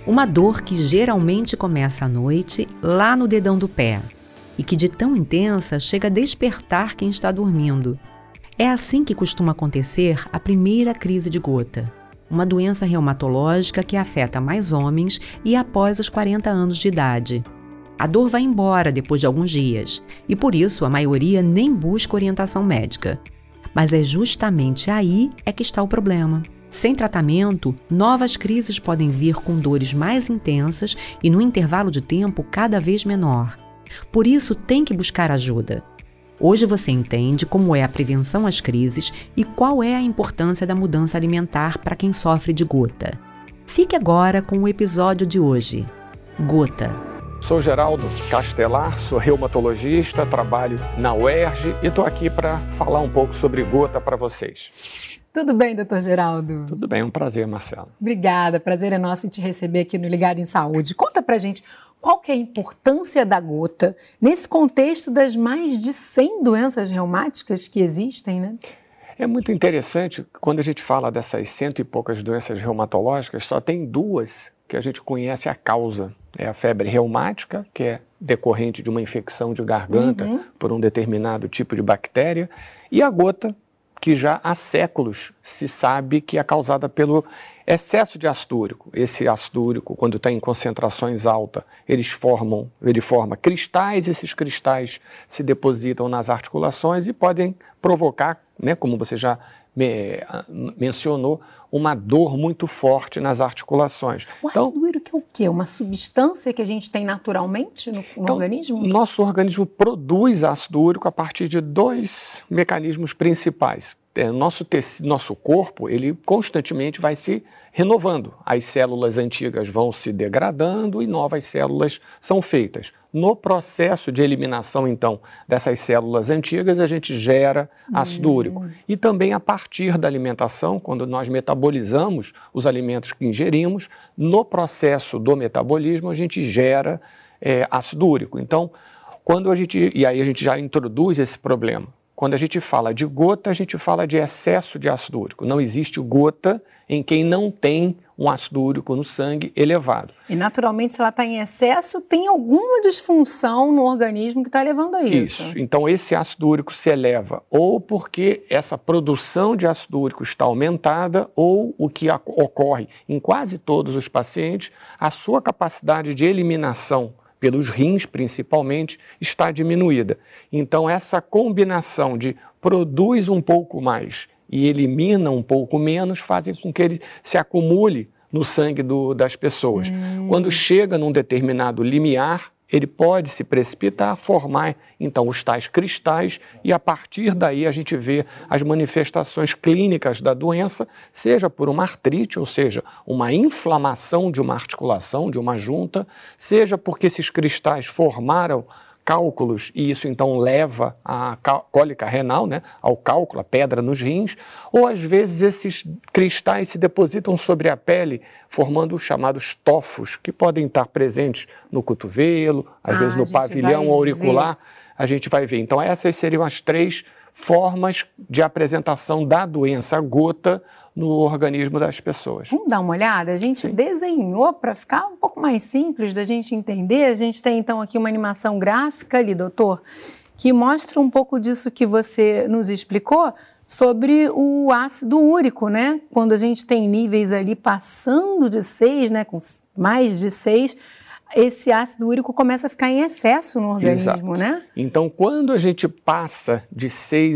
Uma dor que geralmente começa à noite, lá no dedão do pé, e que de tão intensa chega a despertar quem está dormindo. É assim que costuma acontecer a primeira crise de gota, uma doença reumatológica que afeta mais homens e após os 40 anos de idade. A dor vai embora depois de alguns dias, e por isso a maioria nem busca orientação médica. Mas é justamente aí é que está o problema. Sem tratamento, novas crises podem vir com dores mais intensas e num intervalo de tempo cada vez menor. Por isso, tem que buscar ajuda. Hoje você entende como é a prevenção às crises e qual é a importância da mudança alimentar para quem sofre de gota. Fique agora com o episódio de hoje. Gota. Sou Geraldo Castelar, sou reumatologista, trabalho na UERJ e estou aqui para falar um pouco sobre gota para vocês. Tudo bem, doutor Geraldo? Tudo bem, um prazer, Marcela. Obrigada, prazer é nosso em te receber aqui no Ligado em Saúde. Conta pra gente qual que é a importância da gota nesse contexto das mais de 100 doenças reumáticas que existem, né? É muito interessante, quando a gente fala dessas 100 e poucas doenças reumatológicas, só tem duas que a gente conhece a causa. É a febre reumática, que é decorrente de uma infecção de garganta por um determinado tipo de bactéria, e a gota, que já há séculos se sabe que é causada pelo excesso de ácido úrico. Esse ácido úrico, quando está em concentrações altas, ele forma cristais, esses cristais se depositam nas articulações e podem provocar, né, como você já mencionou, uma dor muito forte nas articulações. O ácido úrico é o quê? Uma substância que a gente tem naturalmente no organismo? Nosso organismo produz ácido úrico a partir de dois mecanismos principais. Nosso corpo, ele constantemente vai se renovando. As células antigas vão se degradando e novas células são feitas. No processo de eliminação, então, dessas células antigas, a gente gera ácido úrico. E também a partir da alimentação, quando nós metabolizamos os alimentos que ingerimos, no processo do metabolismo, a gente gera ácido úrico. Então, e aí a gente já introduz esse problema. Quando a gente fala de gota, a gente fala de excesso de ácido úrico. Não existe gota em quem não tem um ácido úrico no sangue elevado. E naturalmente, se ela está em excesso, tem alguma disfunção no organismo que está levando a isso. Isso. Então, esse ácido úrico se eleva ou porque essa produção de ácido úrico está aumentada ou o que ocorre em quase todos os pacientes, a sua capacidade de eliminação pelos rins principalmente, está diminuída. Então essa combinação de produz um pouco mais e elimina um pouco menos fazem com que ele se acumule no sangue das pessoas. Quando chega num determinado limiar, ele pode se precipitar, formar então os tais cristais e a partir daí a gente vê as manifestações clínicas da doença, seja por uma artrite, ou seja, uma inflamação de uma articulação, de uma junta, seja porque esses cristais formaram cálculos e isso então leva à cólica renal, né, ao cálculo, a pedra nos rins, ou às vezes esses cristais se depositam sobre a pele, formando os chamados tofos, que podem estar presentes no cotovelo, às vezes no pavilhão auricular, a gente vai ver. Então essas seriam as três formas de apresentação da doença gota no organismo das pessoas. Vamos dar uma olhada? A gente desenhou para ficar um pouco mais simples da gente entender. A gente tem então aqui uma animação gráfica ali, doutor, que mostra um pouco disso que você nos explicou sobre o ácido úrico, né? Quando a gente tem níveis ali passando de 6, né, com mais de 6, esse ácido úrico começa a ficar em excesso no organismo, né? Então, quando a gente passa de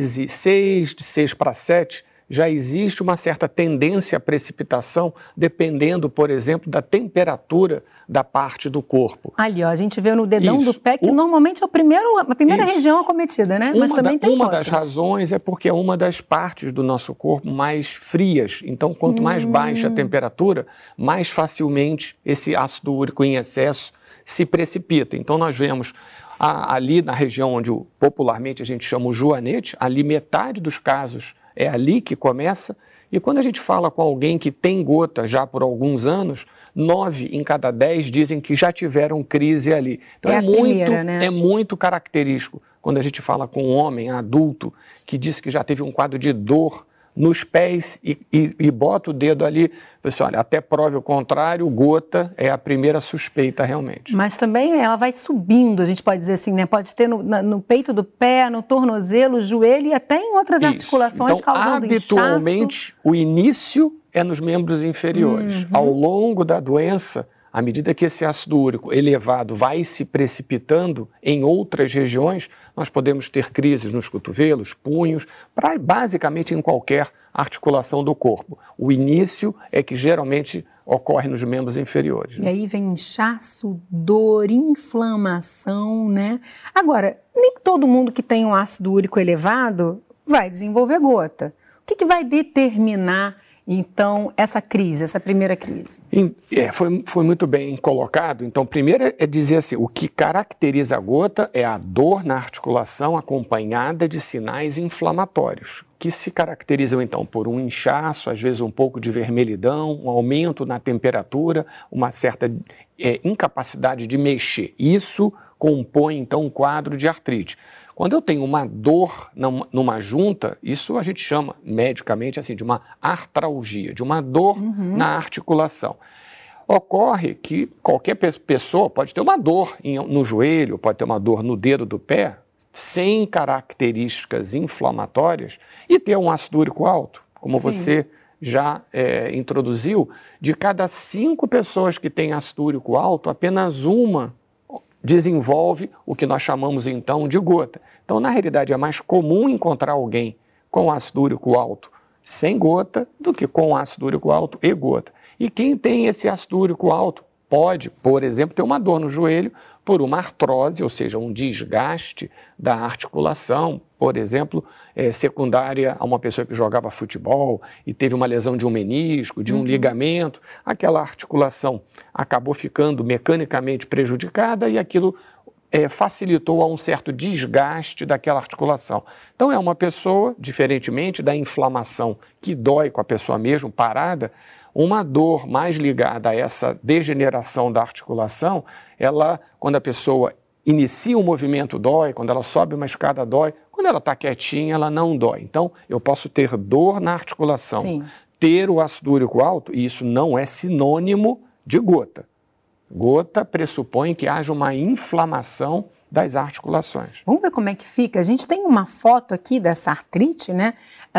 6 para 7, já existe uma certa tendência à precipitação, dependendo, por exemplo, da temperatura da parte do corpo. Ali, ó, a gente vê no dedão do pé que normalmente é a primeira região acometida, né? Mas também tem uma outras. das razões é porque é uma das partes do nosso corpo mais frias. Então, quanto mais baixa a temperatura, mais facilmente esse ácido úrico em excesso se precipita. Então, nós vemos ali na região onde popularmente a gente chama o joanete, ali metade dos casos é ali que começa, e quando a gente fala com alguém que tem gota já por alguns anos, 9 em cada 10 dizem que já tiveram crise ali. Então é muito característico quando a gente fala com um homem adulto que diz que já teve um quadro de dor nos pés e bota o dedo ali, assim, olha, até prove o contrário, gota é a primeira suspeita realmente. Mas também ela vai subindo, a gente pode dizer assim, né? Pode ter no peito do pé, no tornozelo, joelho e até em outras articulações, então, causando habitualmente, inchaço. o início é nos membros inferiores. Ao longo da doença, à medida que esse ácido úrico elevado vai se precipitando em outras regiões, nós podemos ter crises nos cotovelos, punhos, basicamente em qualquer articulação do corpo. O início é que geralmente ocorre nos membros inferiores. E aí vem inchaço, dor, inflamação, né? Agora, nem todo mundo que tem um ácido úrico elevado vai desenvolver gota. O que vai determinar então, essa crise, essa primeira crise? Foi muito bem colocado. Então, primeiro é dizer assim, o que caracteriza a gota é a dor na articulação acompanhada de sinais inflamatórios, que se caracterizam, então, por um inchaço, às vezes um pouco de vermelhidão, um aumento na temperatura, uma certa incapacidade de mexer. Isso compõe, então, um quadro de artrite. Quando eu tenho uma dor numa junta, isso a gente chama medicamente assim de uma artralgia, de uma dor na articulação. Ocorre que qualquer pessoa pode ter uma dor no joelho, pode ter uma dor no dedo do pé, sem características inflamatórias e ter um ácido úrico alto, como você já introduziu. De cada 5 pessoas que têm ácido úrico alto, apenas uma desenvolve o que nós chamamos então de gota. Então, na realidade, é mais comum encontrar alguém com ácido úrico alto sem gota do que com ácido úrico alto e gota. E quem tem esse ácido úrico alto pode, por exemplo, ter uma dor no joelho por uma artrose, ou seja, um desgaste da articulação, por exemplo, secundária a uma pessoa que jogava futebol e teve uma lesão de um menisco, de um ligamento, aquela articulação acabou ficando mecanicamente prejudicada e aquilo facilitou a um certo desgaste daquela articulação. Então é uma pessoa, diferentemente da inflamação que dói com a pessoa mesmo, parada, uma dor mais ligada a essa degeneração da articulação, quando a pessoa inicia um movimento dói, quando ela sobe uma escada dói, quando ela está quietinha ela não dói. Então eu posso ter dor na articulação, ter o ácido úrico alto, e isso não é sinônimo de gota. Gota pressupõe que haja uma inflamação das articulações. Vamos ver como é que fica? A gente tem uma foto aqui dessa artrite, né?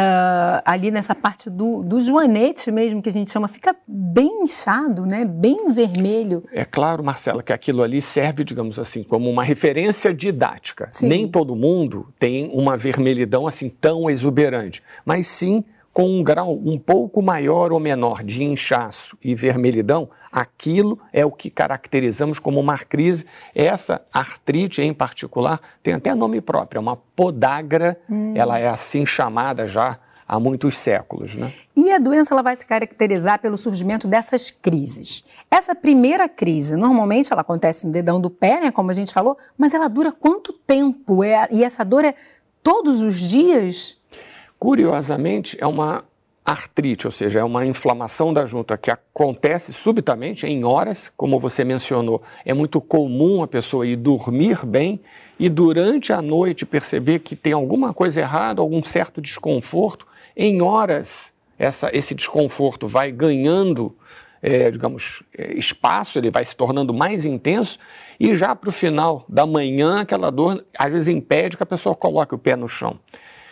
Ali nessa parte do joanete mesmo, que a gente chama, fica bem inchado, né? Bem vermelho. É claro, Marcela, que aquilo ali serve, digamos assim, como uma referência didática. Nem todo mundo tem uma vermelhidão assim tão exuberante, mas sim com um grau um pouco maior ou menor de inchaço e vermelhidão, aquilo é o que caracterizamos como uma crise. Essa artrite em particular tem até nome próprio, é uma podagra, ela é assim chamada já há muitos séculos, né? E a doença ela vai se caracterizar pelo surgimento dessas crises. Essa primeira crise, normalmente ela acontece no dedão do pé, né, como a gente falou, mas ela dura quanto tempo? E essa dor é todos os dias? Curiosamente, é uma artrite, ou seja, é uma inflamação da junta que acontece subitamente, em horas, como você mencionou. É muito comum a pessoa ir dormir bem e durante a noite perceber que tem alguma coisa errada, algum certo desconforto. Em horas, esse desconforto vai ganhando, espaço, ele vai se tornando mais intenso e já para o final da manhã, aquela dor às vezes impede que a pessoa coloque o pé no chão.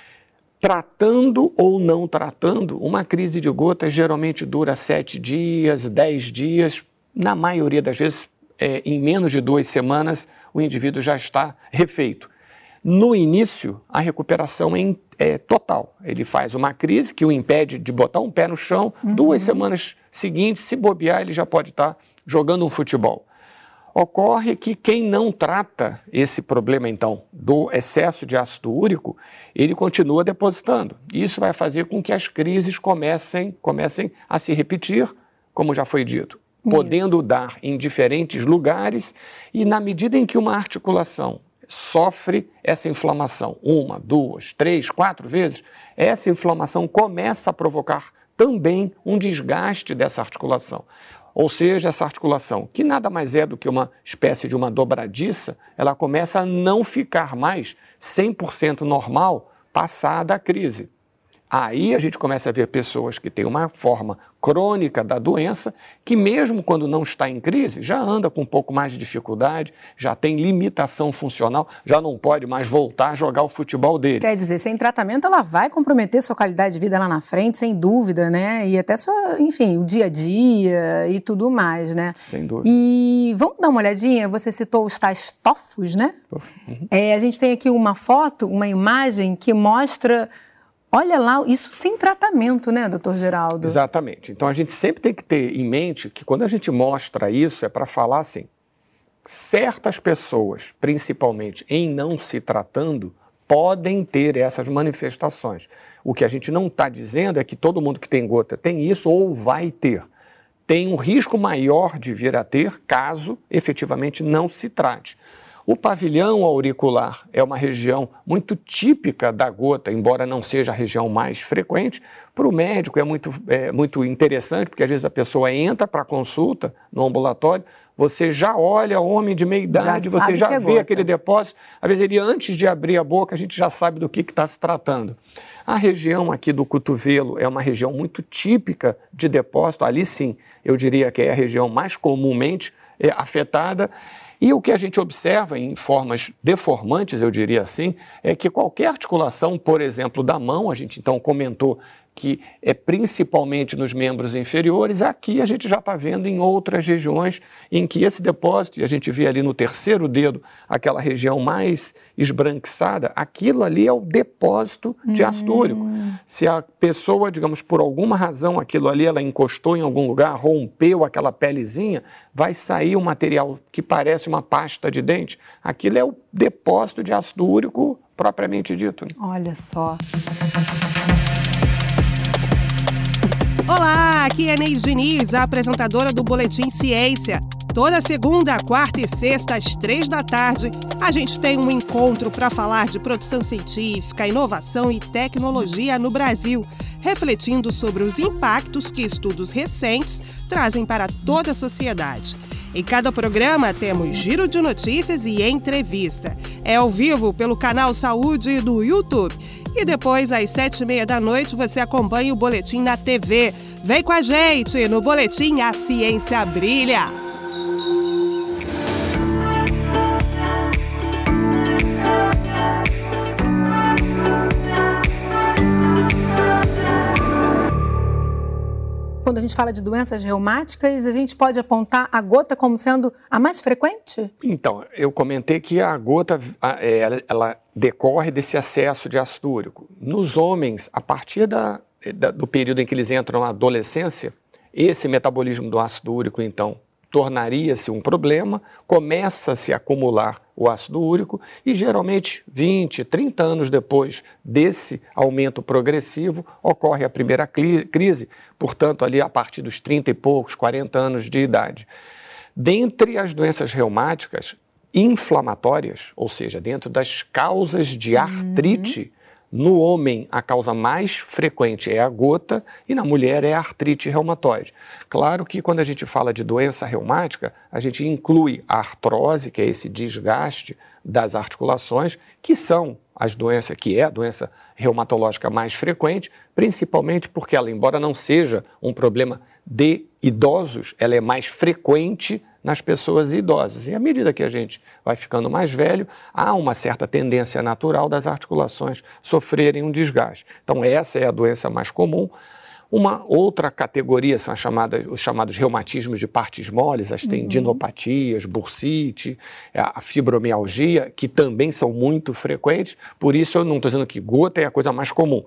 Tratando ou não tratando, uma crise de gota geralmente dura 7 dias, 10 dias, na maioria das vezes, em menos de 2 semanas, o indivíduo já está refeito. No início, a recuperação é total. Ele faz uma crise que o impede de botar um pé no chão, 2 semanas seguintes, se bobear, ele já pode estar jogando um futebol. Ocorre que quem não trata esse problema, então, do excesso de ácido úrico, ele continua depositando. Isso vai fazer com que as crises comecem a se repetir, como já foi dito, podendo dar em diferentes lugares e na medida em que uma articulação sofre essa inflamação 1, 2, 3, 4 vezes, essa inflamação começa a provocar também um desgaste dessa articulação. Ou seja, essa articulação, que nada mais é do que uma espécie de uma dobradiça, ela começa a não ficar mais 100% normal passada a crise. Aí a gente começa a ver pessoas que têm uma forma crônica da doença, que mesmo quando não está em crise, já anda com um pouco mais de dificuldade, já tem limitação funcional, já não pode mais voltar a jogar o futebol dele. Quer dizer, sem tratamento ela vai comprometer sua qualidade de vida lá na frente, sem dúvida, né? E até enfim, o dia a dia e tudo mais, né? Sem dúvida. E vamos dar uma olhadinha, você citou os tais TOFOS, né? Uhum. A gente tem aqui uma foto, uma imagem que mostra... Olha lá, isso sem tratamento, né, doutor Geraldo? Exatamente. Então, a gente sempre tem que ter em mente que quando a gente mostra isso, é para falar assim, certas pessoas, principalmente em não se tratando, podem ter essas manifestações. O que a gente não está dizendo é que todo mundo que tem gota tem isso ou vai ter. Tem um risco maior de vir a ter caso efetivamente não se trate. O pavilhão auricular é uma região muito típica da gota, embora não seja a região mais frequente. Para o médico é muito interessante, porque às vezes a pessoa entra para a consulta no ambulatório, você já olha o homem de meia idade, você já vê aquele depósito. Às vezes ele, antes de abrir a boca, a gente já sabe do que está se tratando. A região aqui do cotovelo é uma região muito típica de depósito, ali sim, eu diria que é a região mais comumente afetada. E o que a gente observa em formas deformantes, eu diria assim, é que qualquer articulação, por exemplo, da mão, a gente então comentou que é principalmente nos membros inferiores, aqui a gente já está vendo em outras regiões em que esse depósito, e a gente vê ali no terceiro dedo, aquela região mais esbranquiçada, aquilo ali é o depósito de ácido úrico. Se a pessoa, digamos, por alguma razão, aquilo ali ela encostou em algum lugar, rompeu aquela pelezinha, vai sair um material que parece uma pasta de dente, aquilo é o depósito de ácido úrico propriamente dito. Olha só. Olá, aqui é Neide Diniz, a apresentadora do Boletim Ciência. Toda segunda, quarta e sexta, às 3 da tarde, a gente tem um encontro para falar de produção científica, inovação e tecnologia no Brasil, refletindo sobre os impactos que estudos recentes trazem para toda a sociedade. Em cada programa temos giro de notícias e entrevista. É ao vivo pelo canal Saúde do YouTube. E depois, às 7h30 da noite, você acompanha o Boletim na TV. Vem com a gente no Boletim A Ciência Brilha. Quando a gente fala de doenças reumáticas, a gente pode apontar a gota como sendo a mais frequente? Então, eu comentei que a gota ela decorre desse excesso de ácido úrico. Nos homens, a partir do período em que eles entram na adolescência, esse metabolismo do ácido úrico, então, tornaria-se um problema, começa a se acumular o ácido úrico e geralmente 20, 30 anos depois desse aumento progressivo ocorre a primeira crise, portanto ali a partir dos 30 e poucos, 40 anos de idade. Dentre as doenças reumáticas inflamatórias, ou seja, dentro das causas de artrite, no homem, a causa mais frequente é a gota e na mulher é a artrite reumatoide. Claro que quando a gente fala de doença reumática, a gente inclui a artrose, que é esse desgaste das articulações, que são as doenças, que é a doença reumatológica mais frequente, principalmente porque ela, embora não seja um problema de idosos, ela é mais frequente nas pessoas idosas. E à medida que a gente vai ficando mais velho, há uma certa tendência natural das articulações sofrerem um desgaste. Então essa é a doença mais comum. Uma outra categoria são os chamados reumatismos de partes moles, as tendinopatias, bursite, a fibromialgia, que também são muito frequentes. Por isso eu não estou dizendo que gota é a coisa mais comum.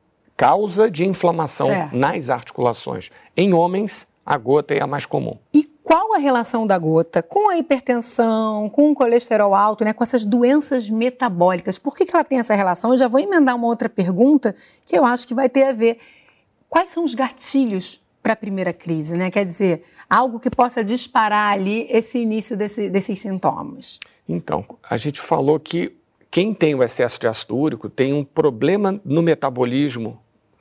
Causa de inflamação nas articulações. Em homens, a gota é a mais comum. E qual a relação da gota com a hipertensão, com o colesterol alto, né, com essas doenças metabólicas? Por que ela tem essa relação? Eu já vou emendar uma outra pergunta que eu acho que vai ter a ver. Quais são os gatilhos para a primeira crise, né? Quer dizer, algo que possa disparar ali esse início desses sintomas. Então, a gente falou que quem tem o excesso de ácido úrico tem um problema no metabolismo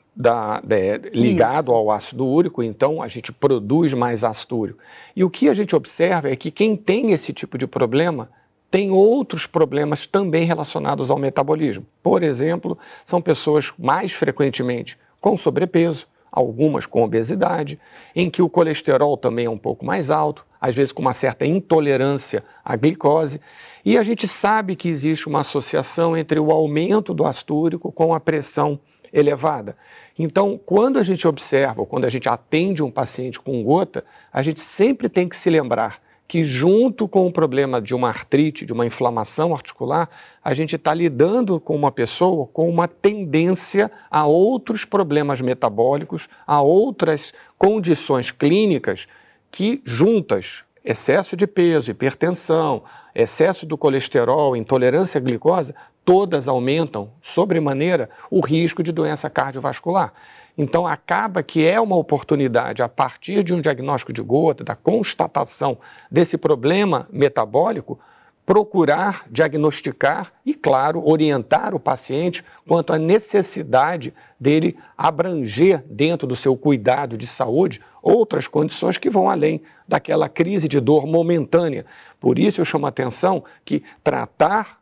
ligado ao ácido úrico, então a gente produz mais ácido úrico. E o que a gente observa é que quem tem esse tipo de problema tem outros problemas também relacionados ao metabolismo. Por exemplo, são pessoas mais frequentemente com sobrepeso, algumas com obesidade, em que o colesterol também é um pouco mais alto, às vezes com uma certa intolerância à glicose, e a gente sabe que existe uma associação entre o aumento do ácido úrico com a pressão elevada. Então, quando a gente observa, ou quando a gente atende um paciente com gota, a gente sempre tem que se lembrar que junto com o problema de uma artrite, de uma inflamação articular, a gente está lidando com uma pessoa com uma tendência a outros problemas metabólicos, a outras condições clínicas que juntas, excesso de peso, hipertensão, excesso do colesterol, intolerância à glicose, todas aumentam sobremaneira o risco de doença cardiovascular. Então, acaba que é uma oportunidade, a partir de um diagnóstico de gota, da constatação desse problema metabólico, procurar diagnosticar e, claro, orientar o paciente quanto à necessidade dele abranger dentro do seu cuidado de saúde outras condições que vão além daquela crise de dor momentânea. Por isso eu chamo a atenção que tratar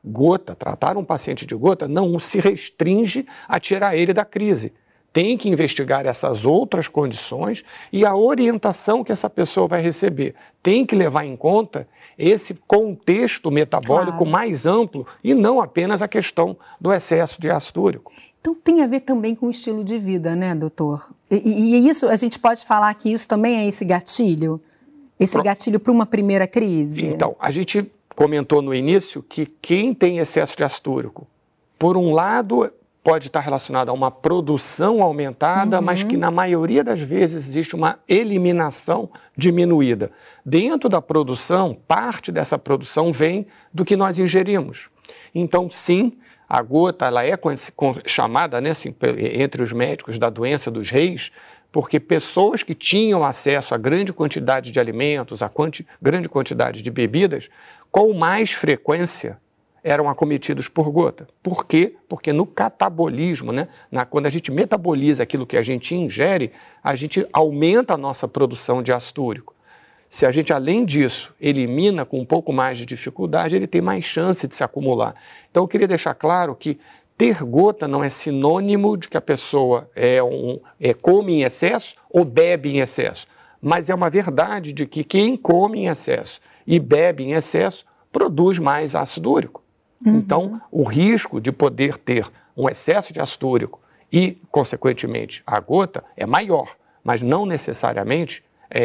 um paciente de gota não se restringe a tirar ele da crise. Tem que investigar essas outras condições e a orientação que essa pessoa vai receber. Tem que levar em conta esse contexto metabólico mais amplo e não apenas a questão do excesso de ácido úrico. Então tem a ver também com o estilo de vida, né, doutor? E isso, a gente pode falar que isso também é esse gatilho? Esse gatilho para uma primeira crise? Então, a gente comentou no início que quem tem excesso de ácido úrico, por um lado, pode estar relacionado a uma produção aumentada, mas que na maioria das vezes existe uma eliminação diminuída. Dentro da produção, parte dessa produção vem do que nós ingerimos. Então, sim, a gota ela é chamada, né, assim, entre os médicos, da doença dos reis, porque pessoas que tinham acesso a grande quantidade de alimentos, a grande quantidade de bebidas, com mais frequência eram acometidos por gota. Por quê? Porque no catabolismo, né, quando a gente metaboliza aquilo que a gente ingere, a gente aumenta a nossa produção de ácido úrico. Se a gente, além disso, elimina com um pouco mais de dificuldade, ele tem mais chance de se acumular. Então, eu queria deixar claro que ter gota não é sinônimo de que a pessoa come em excesso ou bebe em excesso, mas é uma verdade de que quem come em excesso e bebe em excesso produz mais ácido úrico. Então, o risco de poder ter um excesso de ácido úrico e, consequentemente, a gota é maior, mas não necessariamente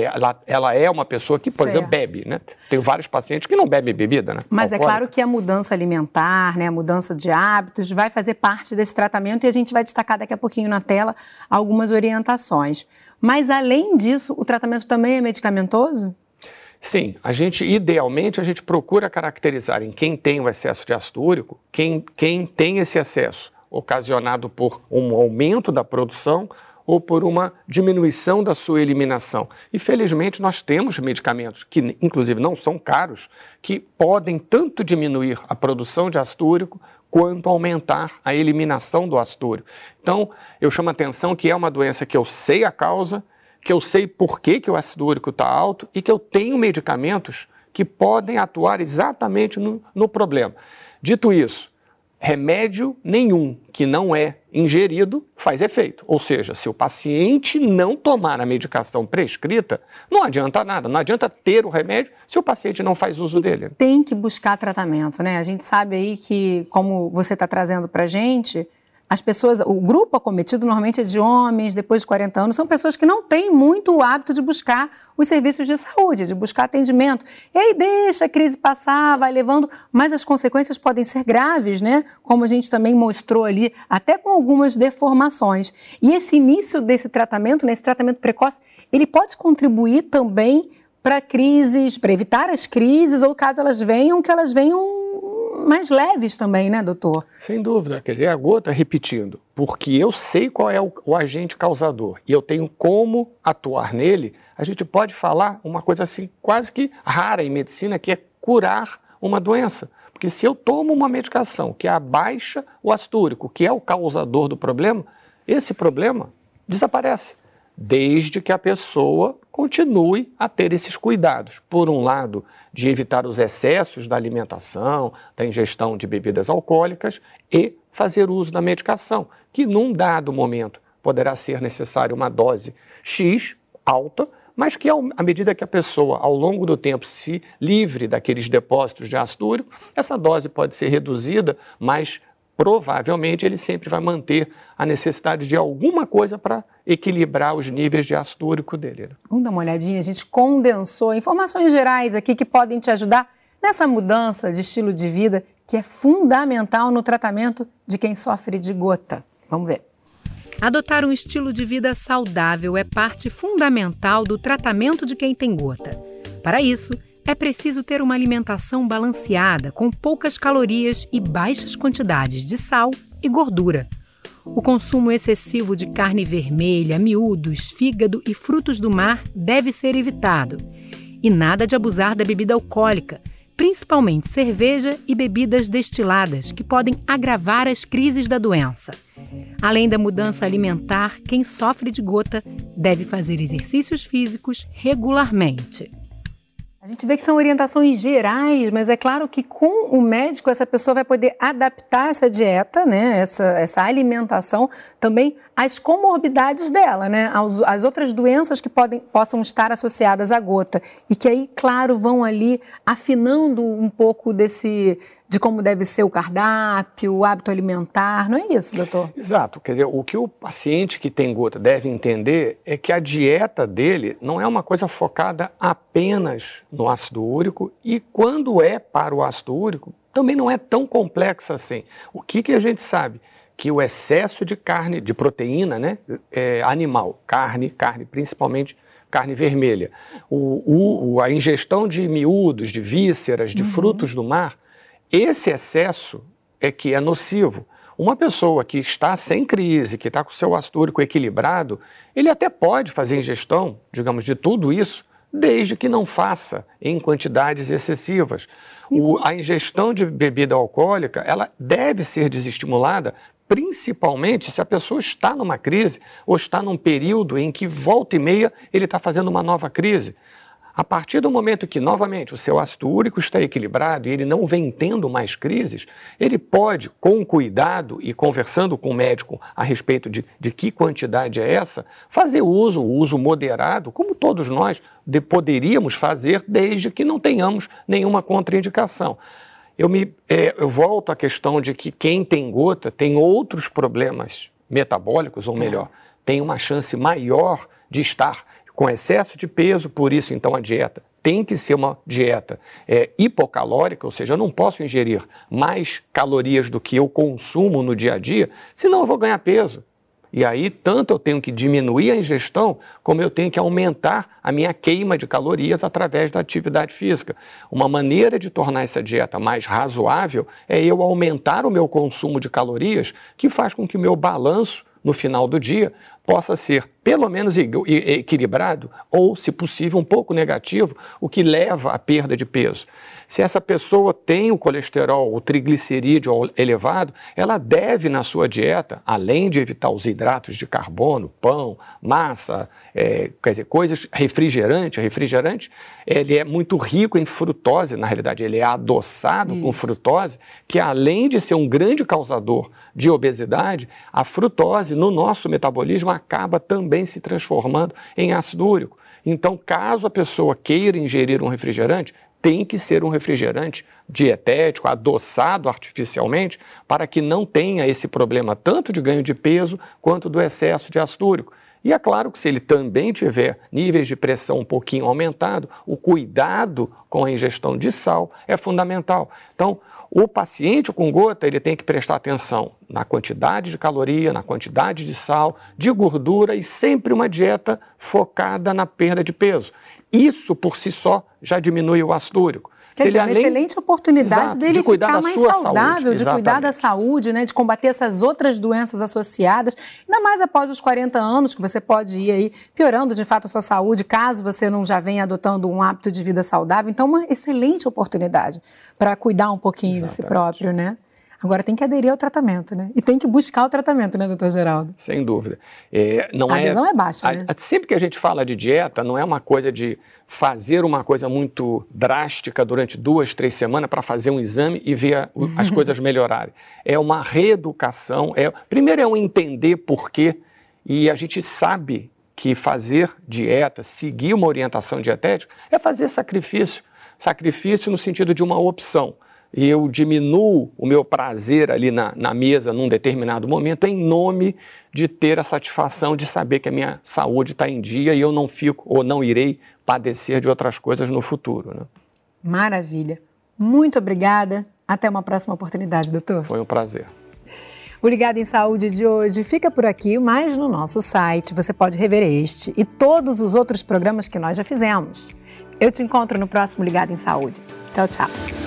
ela é uma pessoa que, por exemplo, bebe, né? Tem vários pacientes que não bebem bebida, né? Mas é claro que a mudança alimentar, né, a mudança de hábitos vai fazer parte desse tratamento e a gente vai destacar daqui a pouquinho na tela algumas orientações. Mas, além disso, o tratamento também é medicamentoso? Sim, idealmente a gente procura caracterizar em quem tem o excesso de ácido úrico, quem tem esse excesso ocasionado por um aumento da produção ou por uma diminuição da sua eliminação. E felizmente nós temos medicamentos que inclusive não são caros, que podem tanto diminuir a produção de ácido úrico quanto aumentar a eliminação do ácido úrico. Então eu chamo a atenção que é uma doença que eu sei a causa, que eu sei por que o ácido úrico está alto e que eu tenho medicamentos que podem atuar exatamente no problema. Dito isso, remédio nenhum que não é ingerido faz efeito. Ou seja, se o paciente não tomar a medicação prescrita, não adianta nada, não adianta ter o remédio se o paciente não faz uso dele. Tem que buscar tratamento, né? A gente sabe aí que, como você está trazendo para a gente, as pessoas, o grupo acometido normalmente é de homens, depois de 40 anos, são pessoas que não têm muito o hábito de buscar os serviços de saúde, de buscar atendimento. E aí deixa a crise passar, vai levando, mas as consequências podem ser graves, né? Como a gente também mostrou ali, até com algumas deformações. E esse início desse tratamento, né, esse tratamento precoce, ele pode contribuir também para crises, para evitar as crises, ou caso elas venham, que elas venham mais leves também, né, doutor? Sem dúvida. Quer dizer, a gota, repetindo, porque eu sei qual é o agente causador e eu tenho como atuar nele, a gente pode falar uma coisa assim quase que rara em medicina, que é curar uma doença. Porque se eu tomo uma medicação que abaixa o ácido úrico, que é o causador do problema, esse problema desaparece. desde que a pessoa continue a ter esses cuidados. Por um lado, de evitar os excessos da alimentação, da ingestão de bebidas alcoólicas e fazer uso da medicação, que num dado momento poderá ser necessária uma dose X alta, mas que à medida que a pessoa, ao longo do tempo, se livre daqueles depósitos de ácido úrico, essa dose pode ser reduzida, mas provavelmente ele sempre vai manter a necessidade de alguma coisa para equilibrar os níveis de ácido úrico dele. Vamos dar uma olhadinha, a gente condensou informações gerais aqui que podem te ajudar nessa mudança de estilo de vida que é fundamental no tratamento de quem sofre de gota. Vamos ver. Adotar um estilo de vida saudável é parte fundamental do tratamento de quem tem gota. Para isso, é preciso ter uma alimentação balanceada, com poucas calorias e baixas quantidades de sal e gordura. O consumo excessivo de carne vermelha, miúdos, fígado e frutos do mar deve ser evitado. E nada de abusar da bebida alcoólica, principalmente cerveja e bebidas destiladas, que podem agravar as crises da doença. Além da mudança alimentar, quem sofre de gota deve fazer exercícios físicos regularmente. A gente vê que são orientações gerais, mas é claro que com o médico essa pessoa vai poder adaptar essa dieta, né, essa alimentação também às comorbidades dela, né, às outras doenças que possam estar associadas à gota e que aí, claro, vão ali afinando um pouco de como deve ser o cardápio, o hábito alimentar, não é isso, doutor? Exato, quer dizer, o que o paciente que tem gota deve entender é que a dieta dele não é uma coisa focada apenas no ácido úrico e quando é para o ácido úrico, também não é tão complexa assim. O que a gente sabe? Que o excesso de carne, de proteína, né, animal, carne, principalmente carne vermelha, a ingestão de miúdos, de vísceras, de frutos do mar, esse excesso é que é nocivo. Uma pessoa que está sem crise, que está com o seu ácido úrico equilibrado, ele até pode fazer ingestão, digamos, de tudo isso, desde que não faça em quantidades excessivas. A ingestão de bebida alcoólica, ela deve ser desestimulada, principalmente se a pessoa está numa crise ou está num período em que volta e meia ele está fazendo uma nova crise. A partir do momento que, novamente, o seu ácido úrico está equilibrado e ele não vem tendo mais crises, ele pode, com cuidado e conversando com o médico a respeito de que quantidade é essa, fazer o uso moderado, como todos nós poderíamos fazer, desde que não tenhamos nenhuma contraindicação. Eu volto à questão de que quem tem gota tem outros problemas metabólicos, ou melhor, tem uma chance maior de estar com excesso de peso, por isso, então, a dieta tem que ser uma dieta hipocalórica, ou seja, eu não posso ingerir mais calorias do que eu consumo no dia a dia, senão eu vou ganhar peso. E aí, tanto eu tenho que diminuir a ingestão, como eu tenho que aumentar a minha queima de calorias através da atividade física. Uma maneira de tornar essa dieta mais razoável é eu aumentar o meu consumo de calorias, que faz com que o meu balanço no final do dia possa ser pelo menos equilibrado ou, se possível, um pouco negativo, o que leva à perda de peso. Se essa pessoa tem o colesterol, o triglicerídeo elevado, ela deve, na sua dieta, além de evitar os hidratos de carbono, pão, massa, quer dizer, coisas, refrigerante, ele é muito rico em frutose, na realidade, ele é adoçado com frutose, que além de ser um grande causador de obesidade, a frutose no nosso metabolismo acaba também se transformando em ácido úrico. Então, caso a pessoa queira ingerir um refrigerante, tem que ser um refrigerante dietético, adoçado artificialmente, para que não tenha esse problema tanto de ganho de peso quanto do excesso de ácido úrico. E é claro que se ele também tiver níveis de pressão um pouquinho aumentado, o cuidado com a ingestão de sal é fundamental. Então, o paciente com gota, ele tem que prestar atenção na quantidade de caloria, na quantidade de sal, de gordura e sempre uma dieta focada na perda de peso. Isso, por si só, já diminui o ácido úrico. Quer dizer, uma excelente oportunidade dele ficar mais saudável, de cuidar da saúde, né, de combater essas outras doenças associadas, ainda mais após os 40 anos, que você pode ir aí piorando de fato a sua saúde, caso você não já venha adotando um hábito de vida saudável. Então, uma excelente oportunidade para cuidar um pouquinho de si próprio, né? Agora tem que aderir ao tratamento, né? E tem que buscar o tratamento, né, doutor Geraldo? Sem dúvida. A adesão é baixa, né? Sempre que a gente fala de dieta, não é uma coisa de fazer uma coisa muito drástica durante 2, 3 semanas para fazer um exame e ver as coisas melhorarem. É uma reeducação. Primeiro é um entender por quê, e a gente sabe que fazer dieta, seguir uma orientação dietética, é fazer sacrifício. Sacrifício no sentido de uma opção. E eu diminuo o meu prazer ali na mesa num determinado momento em nome de ter a satisfação de saber que a minha saúde está em dia e eu não fico ou não irei padecer de outras coisas no futuro, né? Maravilha. Muito obrigada. Até uma próxima oportunidade, doutor. Foi um prazer. O Ligado em Saúde de hoje fica por aqui, mas no nosso site você pode rever este e todos os outros programas que nós já fizemos. Eu te encontro no próximo Ligado em Saúde. Tchau, tchau.